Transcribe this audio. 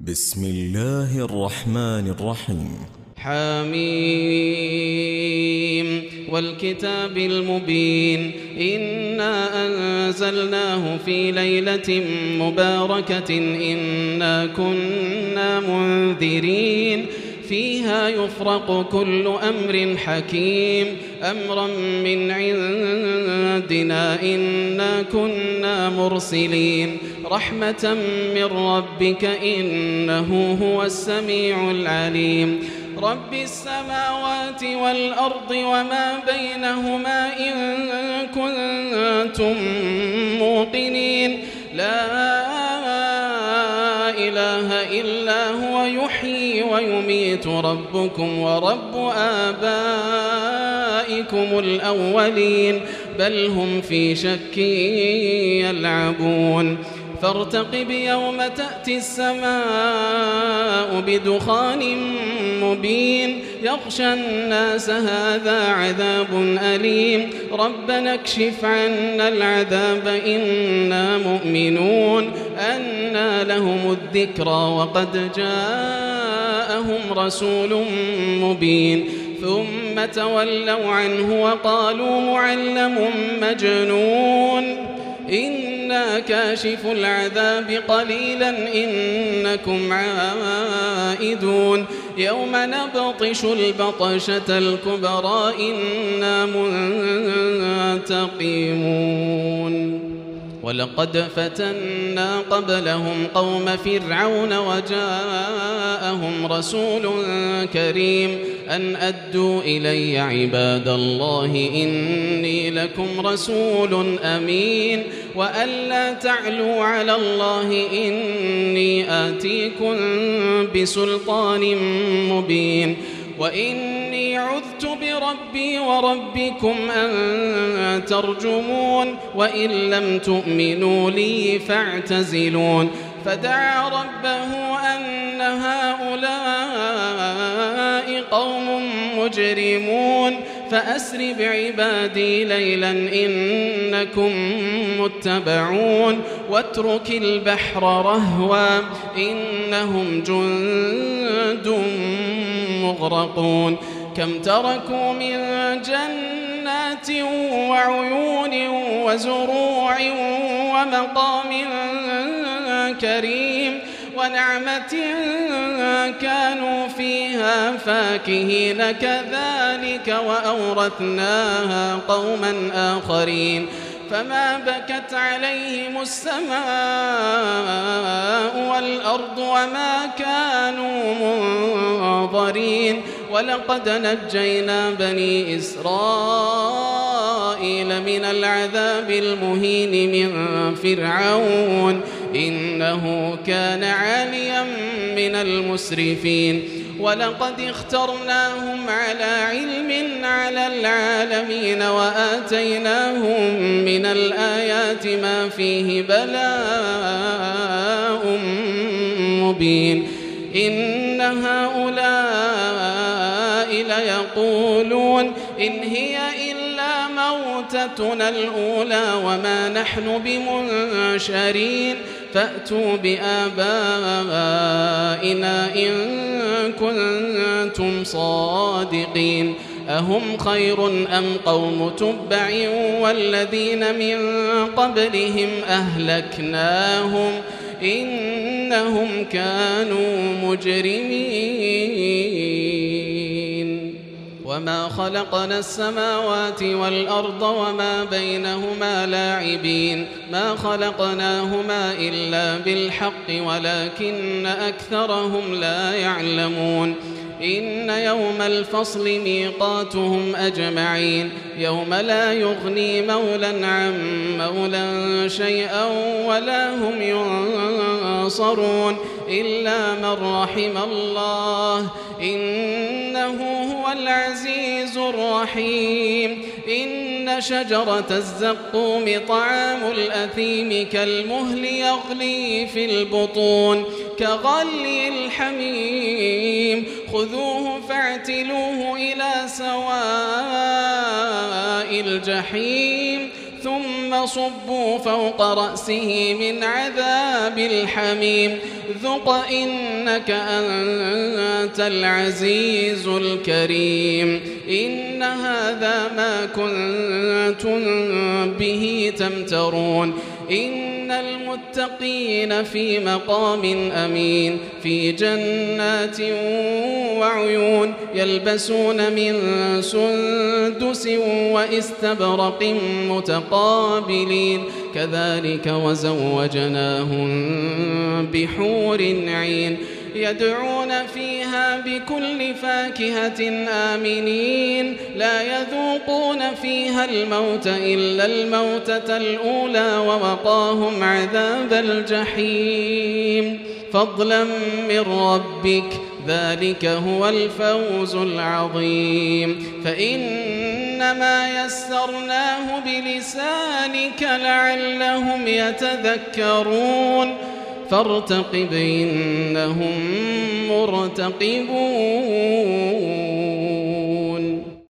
بسم الله الرحمن الرحيم. حميم والكتاب المبين إنا أنزلناه في ليلة مباركة إنا كنا منذرين فيها يفرق كل أمر حكيم أمرا من عندنا إنا كنا مرسلين رحمة من ربك إنه هو السميع العليم رب السماوات والأرض وما بينهما إن كنتم موقنين لا إله إلا هو يحيي ويميت ربكم ورب آبائكم الأولين بل هم في شك يلعبون فارتقب يوم تأتي السماء بدخان مبين يغشى الناس هذا عذاب أليم ربنا اكشف عنا العذاب إنا مؤمنون أنى لهم الذكرى وقد جاءهم رسول مبين ثم تولوا عنه وقالوا معلم مجنون إنا كاشف العذاب قليلا إنكم عائدون يوم نبطش البطشة الكبرى إنا منتقمون ولقد فتنا قبلهم قوم فرعون وجاءهم رسول كريم أن أدوا إلي عباد الله إني لكم رسول أمين وألا تعلوا على الله إني آتيكم بسلطان مبين وإني عذت بربي وربكم أن ترجمون وإن لم تؤمنوا لي فاعتزلون فدعا ربه أن هؤلاء قوم مجرمون فأسر بعبادي ليلا إنكم متبعون واترك البحر رهوا إنهم جند مغرقون كم تركوا من جنات وعيون وزروع ومقام كريم ونعمة كانوا فيها فاكهين كذلك وأورثناها قوما آخرين فما بكت عليهم السماء والأرض وما كانوا منظرين ولقد نجينا بني إسرائيل من العذاب المهين من فرعون إنه كان عاليا من المسرفين ولقد اخترناهم على علم على العالمين وآتيناهم من الآيات ما فيه بلاء مبين إن هؤلاء ليقولون إن هي إلا موتتنا الأولى وما نحن بمنشرين فأتوا بآبائنا إن كنتم صادقين أهم خير أم قوم تبع والذين من قبلهم أهلكناهم إنهم كانوا مجرمين وما خلقنا السماوات والأرض وما بينهما لاعبين ما خلقناهما إلا بالحق ولكن أكثرهم لا يعلمون إن يوم الفصل ميقاتهم أجمعين يوم لا يغني مولى عن مولى شيئا ولا هم ينصرون إلا من رحم الله إنه هو العزيز الرحيم إن شجرة الزقوم طعام الأثيم كالمهل يغلي في البطون كغلي الحميم خذوه فاعتلوه إلى سواء الجحيم ثم ثم صبوا فوق رأسه من عذاب الحميم ذق إنك أنت العزيز الكريم إن هذا ما كنتم به تمترون إن المتقين في مقام أمين في جنات وعيون يلبسون من سندس وإستبرق متقابلين كذلك وزوجناهم بحور عين يدعون فيها بكل فاكهة آمنين لا يذوقون فيها الموت إلا الموتة الأولى ووقاهم عذاب الجحيم فضلا من ربك ذلك هو الفوز العظيم فإنما يسرناه بلسانك لعلهم يتذكرون فارتقب إنهم مرتقبون